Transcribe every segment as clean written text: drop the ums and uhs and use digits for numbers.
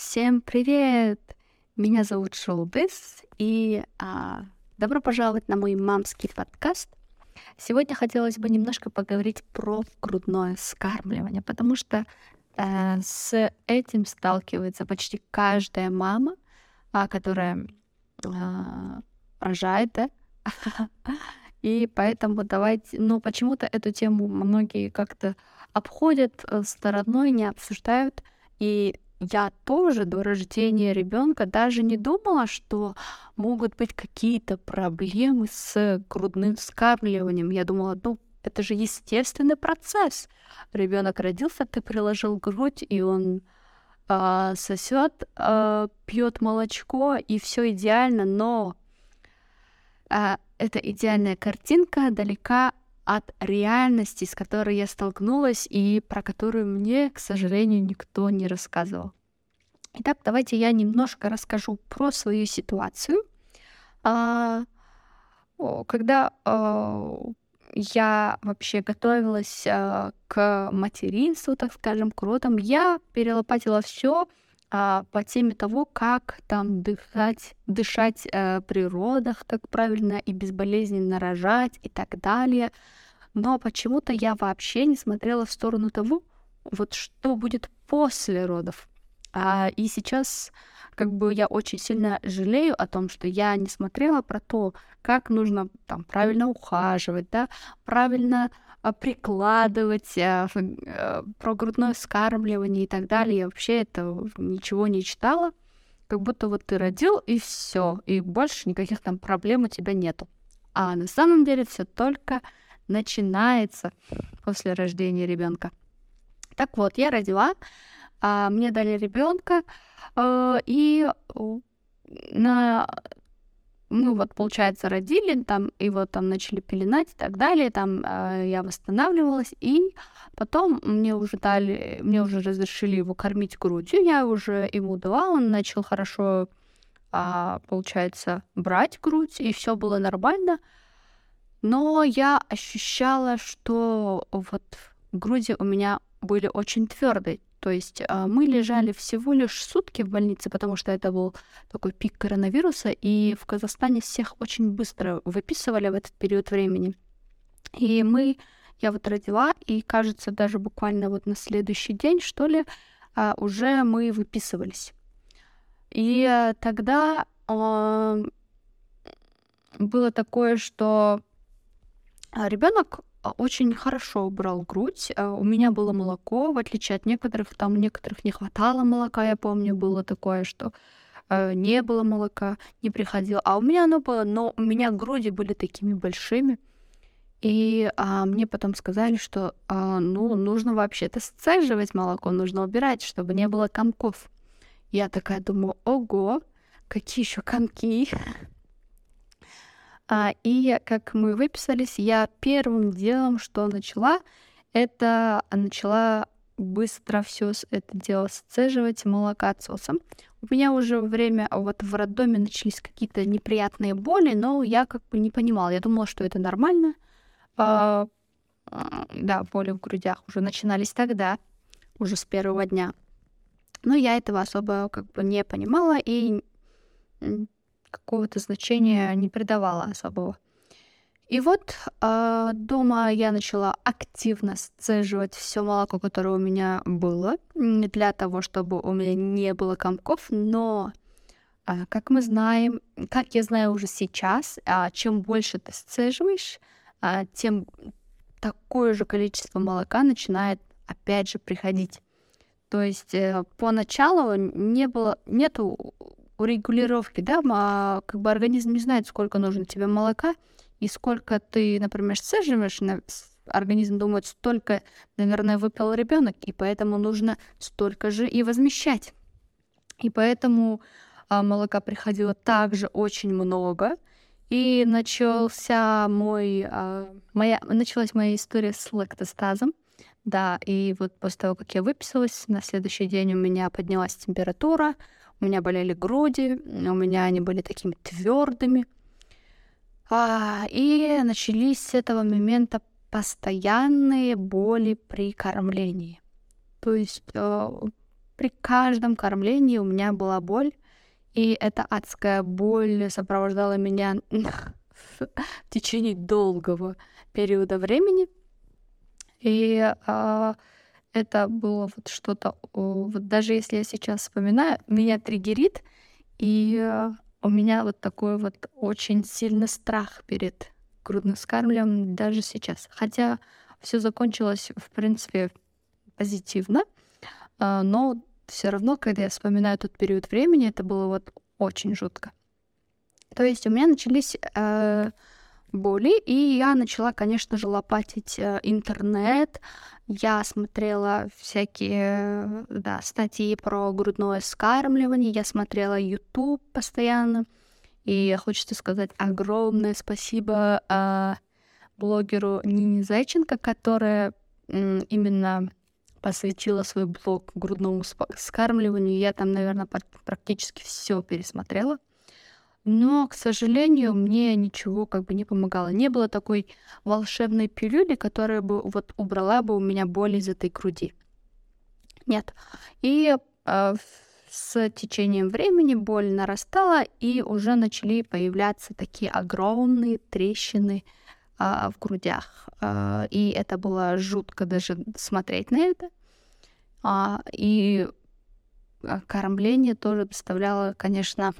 Всем привет! Меня зовут Шолбес, и добро пожаловать на мой мамский подкаст. Сегодня хотелось бы немножко поговорить про грудное вскармливание, потому что с этим сталкивается почти каждая мама, которая рожает, да? И поэтому давайте, почему-то эту тему многие как-то обходят стороной, не обсуждают. И я тоже до рождения ребенка даже не думала, что могут быть какие-то проблемы с грудным вскармливанием. Я думала, это же естественный процесс. Ребенок родился, ты приложил грудь, и он сосет, пьет молочко, и все идеально, но эта идеальная картинка далека от реальности, с которой я столкнулась и про которую мне, к сожалению, никто не рассказывал. Итак, давайте я немножко расскажу про свою ситуацию. Когда я вообще готовилась к материнству, так скажем, к родам, я перелопатила все по теме того, как там дышать при родах, как правильно и безболезненно рожать и так далее. Но почему-то я вообще не смотрела в сторону того, вот что будет после родов. И сейчас я очень сильно жалею о том, что я не смотрела про то, как нужно там правильно ухаживать, да, правильно прикладывать, про грудное вскармливание и так далее. Я вообще это ничего не читала. Как будто вот ты родил, и все, и больше никаких там проблем у тебя нету. А на самом деле все только начинается после рождения ребенка. Так вот, я родила, мне дали ребенка, и мы вот, получается, родили, и вот там начали пеленать и так далее, я восстанавливалась, и потом мне уже разрешили его кормить грудью, я уже ему дала, он начал хорошо, получается, брать грудь, и все было нормально, но я ощущала, что вот груди у меня были очень твердые. То есть мы лежали всего лишь сутки в больнице, потому что это был такой пик коронавируса, и в Казахстане всех очень быстро выписывали в этот период времени. Я вот родила, и, кажется, даже буквально вот на следующий день, что ли, уже мы выписывались. И тогда было такое, что ребенок очень хорошо брал грудь. У меня было молоко, в отличие от некоторых. Там у некоторых не хватало молока, я помню, было такое, что не было молока, не приходило. А у меня оно было, но у меня груди были такими большими. И мне потом сказали, что нужно вообще-то сцеживать молоко, нужно убирать, чтобы не было комков. Я такая думаю, ого, какие еще комки. И как мы выписались, я первым делом, что начала быстро все это дело сцеживать молокоотсосом. У меня уже время вот в роддоме начались какие-то неприятные боли, но я не понимала. Я думала, что это нормально. Да, боли в грудях уже начинались тогда, уже с первого дня. Но я этого особо не понимала и какого-то значения не придавала особого. И вот дома я начала активно сцеживать все молоко, которое у меня было, для того, чтобы у меня не было комков. Но, как мы знаем, как я знаю уже сейчас, чем больше ты сцеживаешь, тем такое же количество молока начинает опять же приходить. То есть поначалу нету урегулировки, да, организм не знает, сколько нужно тебе молока, и сколько ты, например, сцеживаешь, организм думает, столько, наверное, выпил ребенок, и поэтому нужно столько же и возмещать. И поэтому молока приходило также очень много, и началась моя история с лактостазом. Да, и вот после того, как я выписалась, на следующий день у меня поднялась температура, у меня болели груди, у меня они были такими твердыми. И начались с этого момента постоянные боли при кормлении. То есть при каждом кормлении у меня была боль, и эта адская боль сопровождала меня в течение долгого периода времени. И это было вот что-то, вот даже если я сейчас вспоминаю, меня триггерит, и у меня вот такой вот очень сильный страх перед грудным вскармливанием даже сейчас. Хотя все закончилось, в принципе, позитивно, но все равно, когда я вспоминаю тот период времени, это было вот очень жутко. То есть у меня начались боли, и я начала, конечно же, лопатить интернет. Я смотрела всякие статьи про грудное вскармливание, я смотрела YouTube постоянно. И хочется сказать огромное спасибо блогеру Нине Зайченко, которая именно посвятила свой блог грудному вскармливанию. Я там, наверное, практически все пересмотрела. Но, к сожалению, мне ничего как бы не помогало. Не было такой волшебной пилюли, которая бы вот убрала бы у меня боль из этой груди. Нет. И с течением времени боль нарастала, и уже начали появляться такие огромные трещины в грудях. И это было жутко даже смотреть на это. И кормление тоже доставляло, конечно,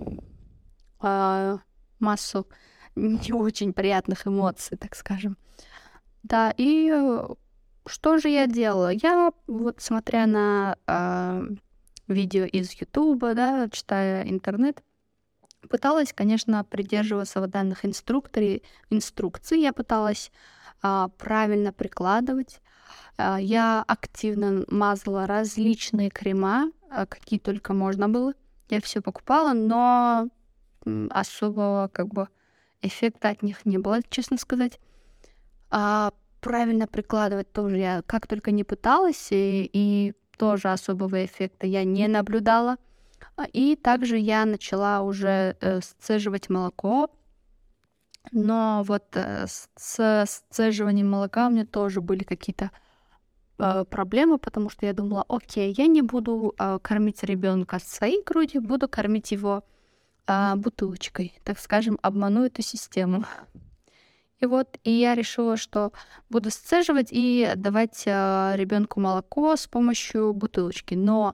массу не очень приятных эмоций, так скажем. Да, и что же я делала? Я вот, смотря на видео из Ютуба, да, читая интернет, пыталась, конечно, придерживаться вот данных инструкций. Я пыталась правильно прикладывать. Я активно мазала различные крема, какие только можно было. Я все покупала, но особого как бы эффекта от них не было, честно сказать. Правильно прикладывать тоже я как только не пыталась, и тоже особого эффекта я не наблюдала. И также я начала уже сцеживать молоко. Но вот с сцеживанием молока у меня тоже были какие-то проблемы, потому что я думала, окей, я не буду кормить ребенка своей грудью, буду кормить его бутылочкой, так скажем, обману эту систему. И я решила, что буду сцеживать и давать ребенку молоко с помощью бутылочки. Но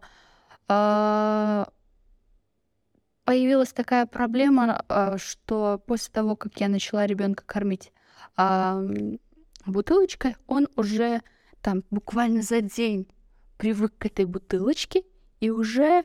появилась такая проблема, что после того, как я начала ребенка кормить бутылочкой, он уже там буквально за день привык к этой бутылочке и уже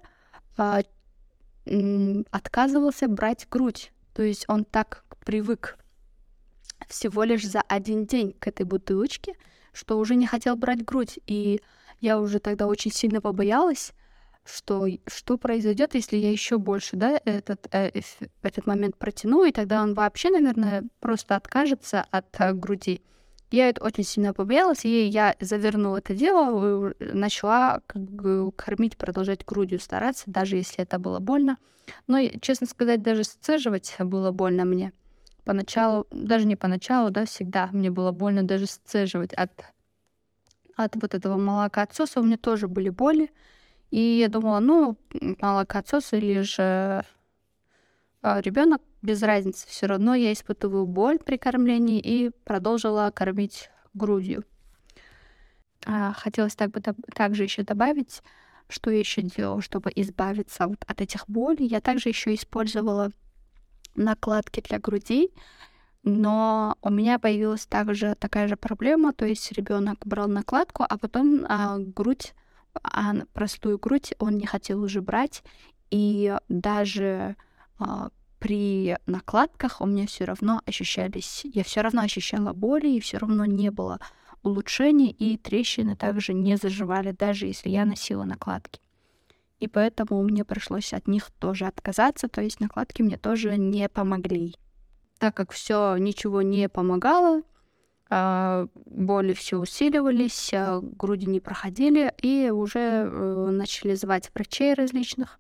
отказывался брать грудь. То есть он так привык всего лишь за один день к этой бутылочке, что уже не хотел брать грудь. И я уже тогда очень сильно побоялась, что произойдет, если я еще больше, да, этот момент протяну, и тогда он вообще, наверное, просто откажется от груди. Я это очень сильно побоялась, и я завернула это дело, и начала как бы кормить, продолжать грудью стараться, даже если это было больно. Но, честно сказать, даже сцеживать было больно мне. Поначалу, даже не поначалу, да, всегда мне было больно даже сцеживать от вот этого молокоотсоса. У меня тоже были боли. И я думала, молокоотсос или же ребенок, без разницы, все равно я испытываю боль при кормлении и продолжила кормить грудью. Хотелось также еще добавить, что я еще делала, чтобы избавиться вот от этих болей. Я также еще использовала накладки для груди, но у меня появилась также такая же проблема, то есть ребенок брал накладку, а потом простую грудь он не хотел уже брать, и даже при накладках у меня я все равно ощущала боли, и все равно не было улучшений, и трещины также не заживали, даже если я носила накладки. И поэтому мне пришлось от них тоже отказаться, то есть накладки мне тоже не помогли. Так как ничего не помогало, боли все усиливались, груди не проходили, и уже начали звать врачей различных.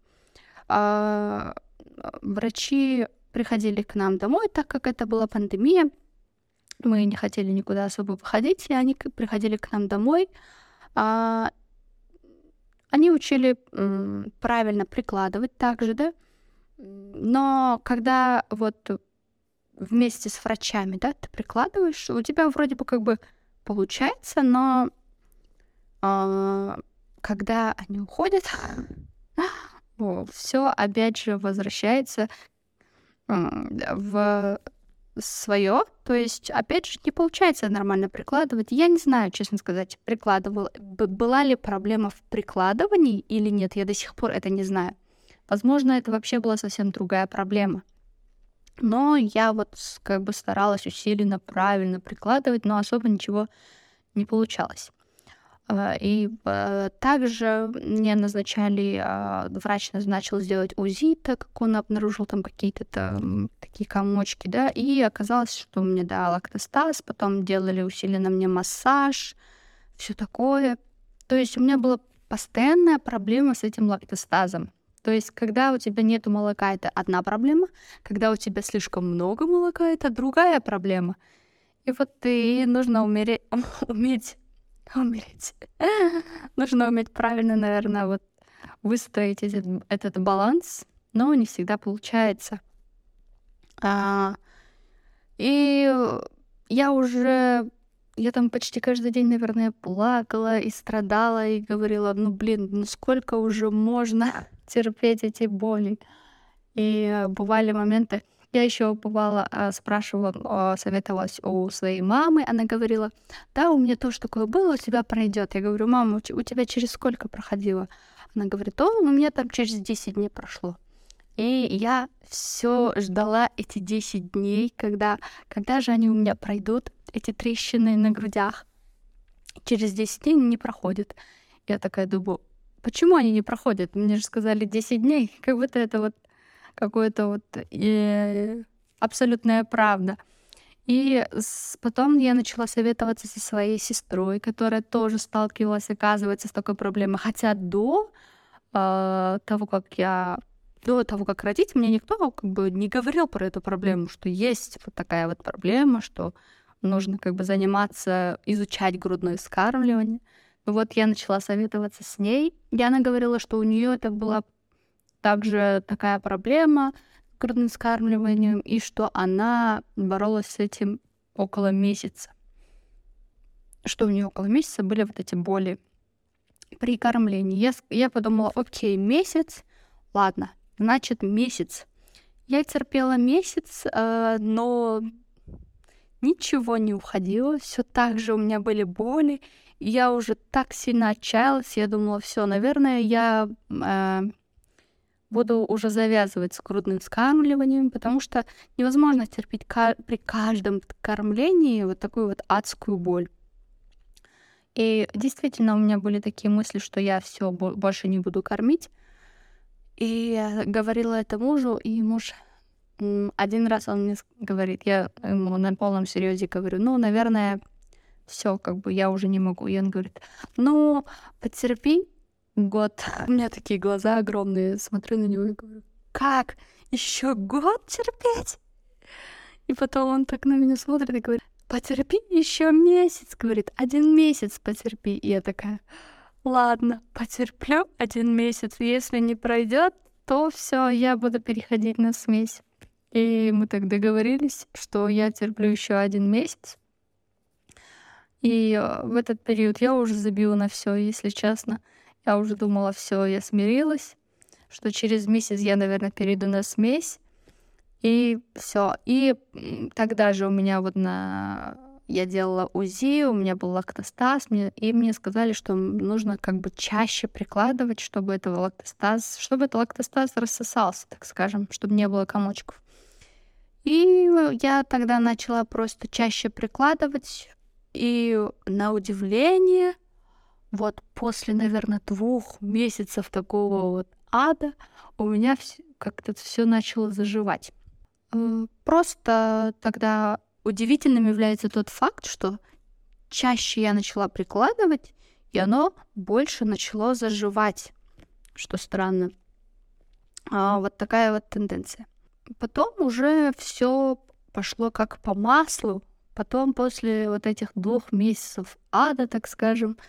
Врачи приходили к нам домой, так как это была пандемия. Мы не хотели никуда особо выходить, и они приходили к нам домой. Они учили правильно прикладывать также, да. Но когда вот вместе с врачами, да, ты прикладываешь, у тебя вроде бы как бы получается, но когда они уходят, все опять же возвращается в свое. То есть, опять же, не получается нормально прикладывать. Я не знаю, честно сказать, была ли проблема в прикладывании или нет. Я до сих пор это не знаю. Возможно, это вообще была совсем другая проблема. Но я вот как бы старалась усиленно правильно прикладывать, но особо ничего не получалось. Также мне врач назначил сделать УЗИ, так как он обнаружил там какие-то такие комочки, да, и оказалось, что у меня, да, лактостаз, потом делали усиленно мне массаж, все такое. То есть у меня была постоянная проблема с этим лактостазом. То есть когда у тебя нету молока, это одна проблема, когда у тебя слишком много молока, это другая проблема. И вот нужно уметь. Нужно уметь правильно, наверное, вот выстроить этот баланс, но не всегда получается. И я там почти каждый день, наверное, плакала и страдала, и говорила, сколько уже можно терпеть эти боли. И бывали моменты, я еще спрашивала, советовалась у своей мамы. Она говорила, да, у меня тоже такое было, у тебя пройдет. Я говорю, мама, у тебя через сколько проходило? Она говорит, у меня там через 10 дней прошло. И я все ждала эти 10 дней, когда же они у меня пройдут, эти трещины на грудях. Через 10 дней не проходят. Я такая думаю, почему они не проходят? Мне же сказали 10 дней, как будто это вот какое-то абсолютная правда. И потом я начала советоваться со своей сестрой, которая тоже сталкивалась, оказывается, с такой проблемой. Хотя до того, как родить, мне никто как бы не говорил про эту проблему, что есть вот такая вот проблема, что нужно как бы изучать грудное вскармливание. Вот я начала советоваться с ней, и она говорила, что у нее это была также такая проблема с грудным вскармливанием, и что она боролась с этим около месяца. Что у нее около месяца были вот эти боли при кормлении. Я подумала, окей, месяц, ладно, значит месяц. Я терпела месяц, но ничего не уходило, все так же у меня были боли. Я уже так сильно отчаялась, я думала, все, наверное, я буду уже завязывать с грудным вскармливанием, потому что невозможно терпеть при каждом кормлении вот такую вот адскую боль. И действительно у меня были такие мысли, что я все больше не буду кормить. И я говорила это мужу, и муж один раз он мне говорит, я ему на полном серьезе говорю, наверное, все, как бы я уже не могу. И он говорит, потерпи год. У меня такие глаза огромные, смотрю на него и говорю, как? Еще год терпеть? И потом он так на меня смотрит и говорит, потерпи еще месяц, говорит, 1 месяц потерпи. И я такая, ладно, потерплю 1 месяц. Если не пройдет, то все, я буду переходить на смесь. И мы так договорились, что я терплю еще 1 месяц. И в этот период я уже забила на все, если честно. Я уже думала, все, я смирилась, что через месяц я, наверное, перейду на смесь. И все. И тогда же у меня я делала УЗИ, у меня был лактостаз, и мне сказали, что нужно как бы чаще прикладывать, чтобы этот лактостаз рассосался, так скажем, чтобы не было комочков. И я тогда начала просто чаще прикладывать, и на удивление, вот после, наверное, 2 месяцев такого вот ада у меня как-то все начало заживать. Просто тогда удивительным является тот факт, что чаще я начала прикладывать, и оно больше начало заживать, что странно. Вот такая вот тенденция. Потом уже все пошло как по маслу. Потом после вот этих 2 месяцев ада, так скажем,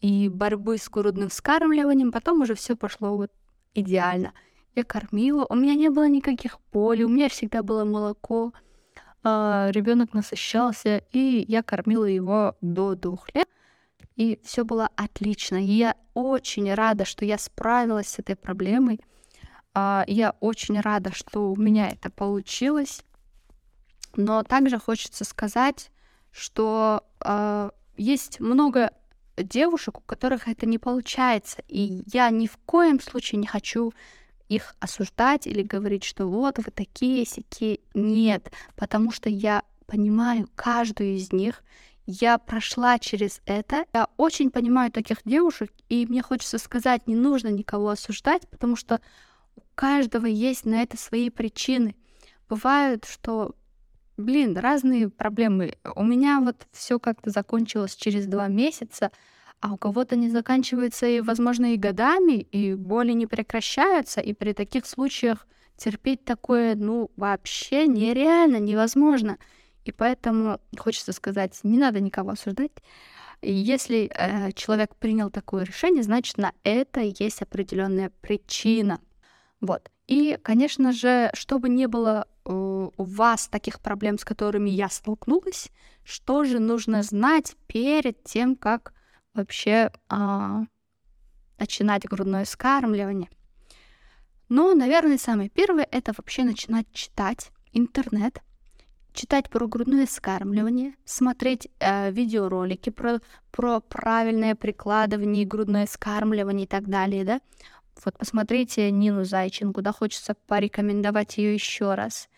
и борьбы с грудным вскармливанием, потом уже все пошло вот идеально. Я кормила, у меня не было никаких болей, у меня всегда было молоко, ребенок насыщался, и я кормила его до 2 лет, и все было отлично. И я очень рада, что я справилась с этой проблемой. Я очень рада, что у меня это получилось. Но также хочется сказать, что есть много девушек, у которых это не получается. И я ни в коем случае не хочу их осуждать или говорить, что вот вы такие-сякие. Нет, потому что я понимаю каждую из них. Я прошла через это. Я очень понимаю таких девушек, и мне хочется сказать, не нужно никого осуждать, потому что у каждого есть на это свои причины. Бывает, что, разные проблемы. У меня вот все как-то закончилось через 2 месяца, а у кого-то не заканчивается и, возможно, и годами, и боли не прекращаются, и при таких случаях терпеть такое, вообще нереально, невозможно. И поэтому хочется сказать, не надо никого осуждать. И если человек принял такое решение, значит, на это есть определенная причина. Вот. И, конечно же, чтобы не было у вас таких проблем, с которыми я столкнулась, что же нужно знать перед тем, как вообще начинать грудное вскармливание. Наверное, самое первое — это вообще начинать читать интернет, читать про грудное вскармливание, смотреть видеоролики про правильное прикладывание, грудное вскармливание и так далее, да. Вот посмотрите Нину Зайченко, хочется порекомендовать ее еще раз.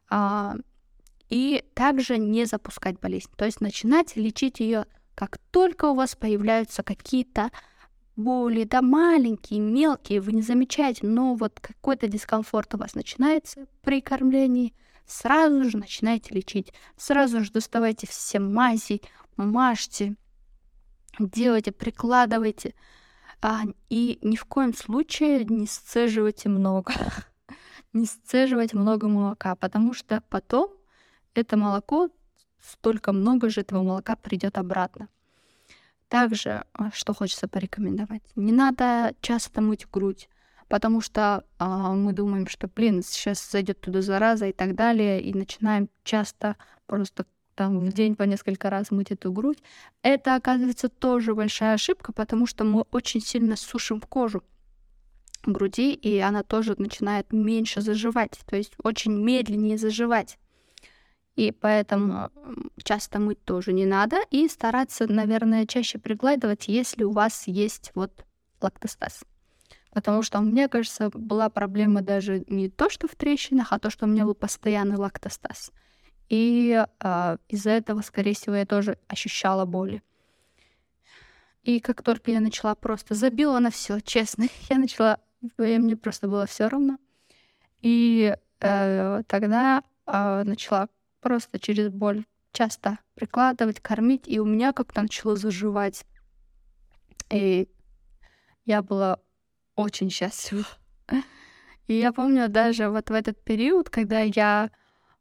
И также не запускать болезнь, то есть начинать лечить ее, как только у вас появляются какие-то боли, да, маленькие, мелкие, вы не замечаете, но вот какой-то дискомфорт у вас начинается при кормлении, сразу же начинайте лечить, сразу же доставайте все мази, мажьте, делайте, прикладывайте, и ни в коем случае не сцеживайте много, не сцеживать много молока, потому что потом это молоко, столько много же этого молока придет обратно. Также, что хочется порекомендовать, не надо часто мыть грудь, потому что мы думаем, что, сейчас зайдет туда зараза и так далее, и начинаем часто просто там в день по несколько раз мыть эту грудь. Это, оказывается, тоже большая ошибка, потому что мы очень сильно сушим кожу груди, и она тоже начинает меньше заживать, то есть очень медленнее заживать. И поэтому часто мыть тоже не надо. И стараться, наверное, чаще прикладывать, если у вас есть вот лактостаз. Потому что, мне кажется, была проблема даже не то, что в трещинах, а то, что у меня был постоянный лактостаз. И из-за этого, скорее всего, я тоже ощущала боли. И как только я начала просто забила на все, честно, мне просто было все равно. И тогда начала просто через боль часто прикладывать, кормить, и у меня как-то начало заживать. И я была очень счастлива. И я помню даже вот в этот период, когда я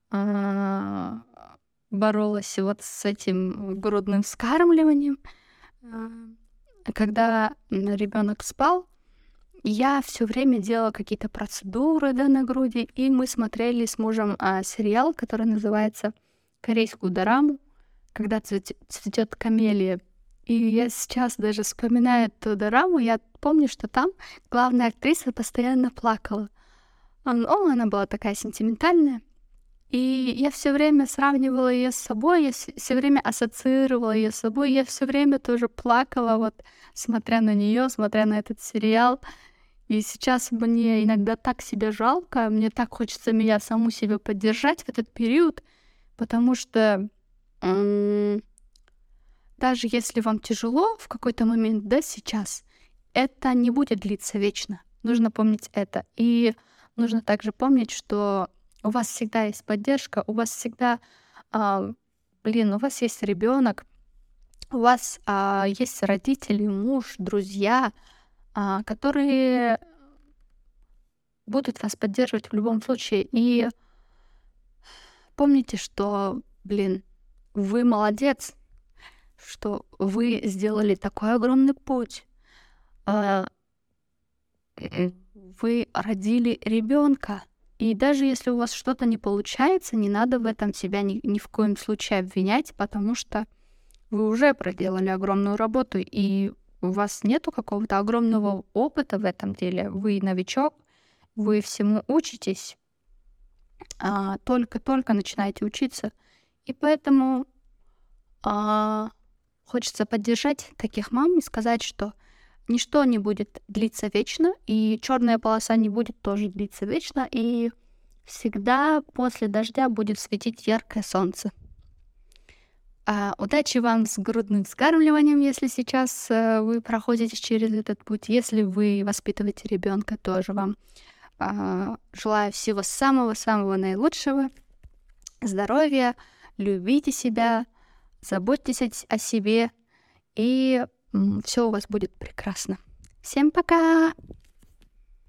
боролась вот с этим грудным вскармливанием, когда ребенок спал, я все время делала какие-то процедуры, да, на груди, и мы смотрели с мужем сериал, который называется «Корейскую дораму», когда цветет камелия. И я сейчас даже вспоминаю эту дораму, я помню, что там главная актриса постоянно плакала. Она была такая сентиментальная. И я все время сравнивала ее с собой, я все время ассоциировала ее с собой, я все время тоже плакала, вот, смотря на нее, смотря на этот сериал. И сейчас мне иногда так себя жалко, мне так хочется меня саму себя поддержать в этот период, потому что даже если вам тяжело в какой-то момент, да, сейчас, это не будет длиться вечно. Нужно помнить это. И нужно также помнить, что у вас всегда есть поддержка, у вас всегда, у вас есть ребенок, у вас есть родители, муж, друзья, которые будут вас поддерживать в любом случае. И помните, что, вы молодец. что вы сделали такой огромный путь. Вы родили ребенка. И даже если у вас что-то не получается, не надо в этом себя ни в коем случае обвинять, потому что вы уже проделали огромную работу, и у вас нету какого-то огромного опыта в этом деле. Вы новичок, вы всему учитесь, только-только начинаете учиться. И поэтому хочется поддержать таких мам и сказать, что ничто не будет длиться вечно, и черная полоса не будет тоже длиться вечно, и всегда после дождя будет светить яркое солнце. Удачи вам с грудным вскармливанием, если сейчас вы проходите через этот путь. Если вы воспитываете ребенка, тоже вам желаю всего самого-самого наилучшего. Здоровья, любите себя, заботьтесь о себе, и все у вас будет прекрасно. Всем пока!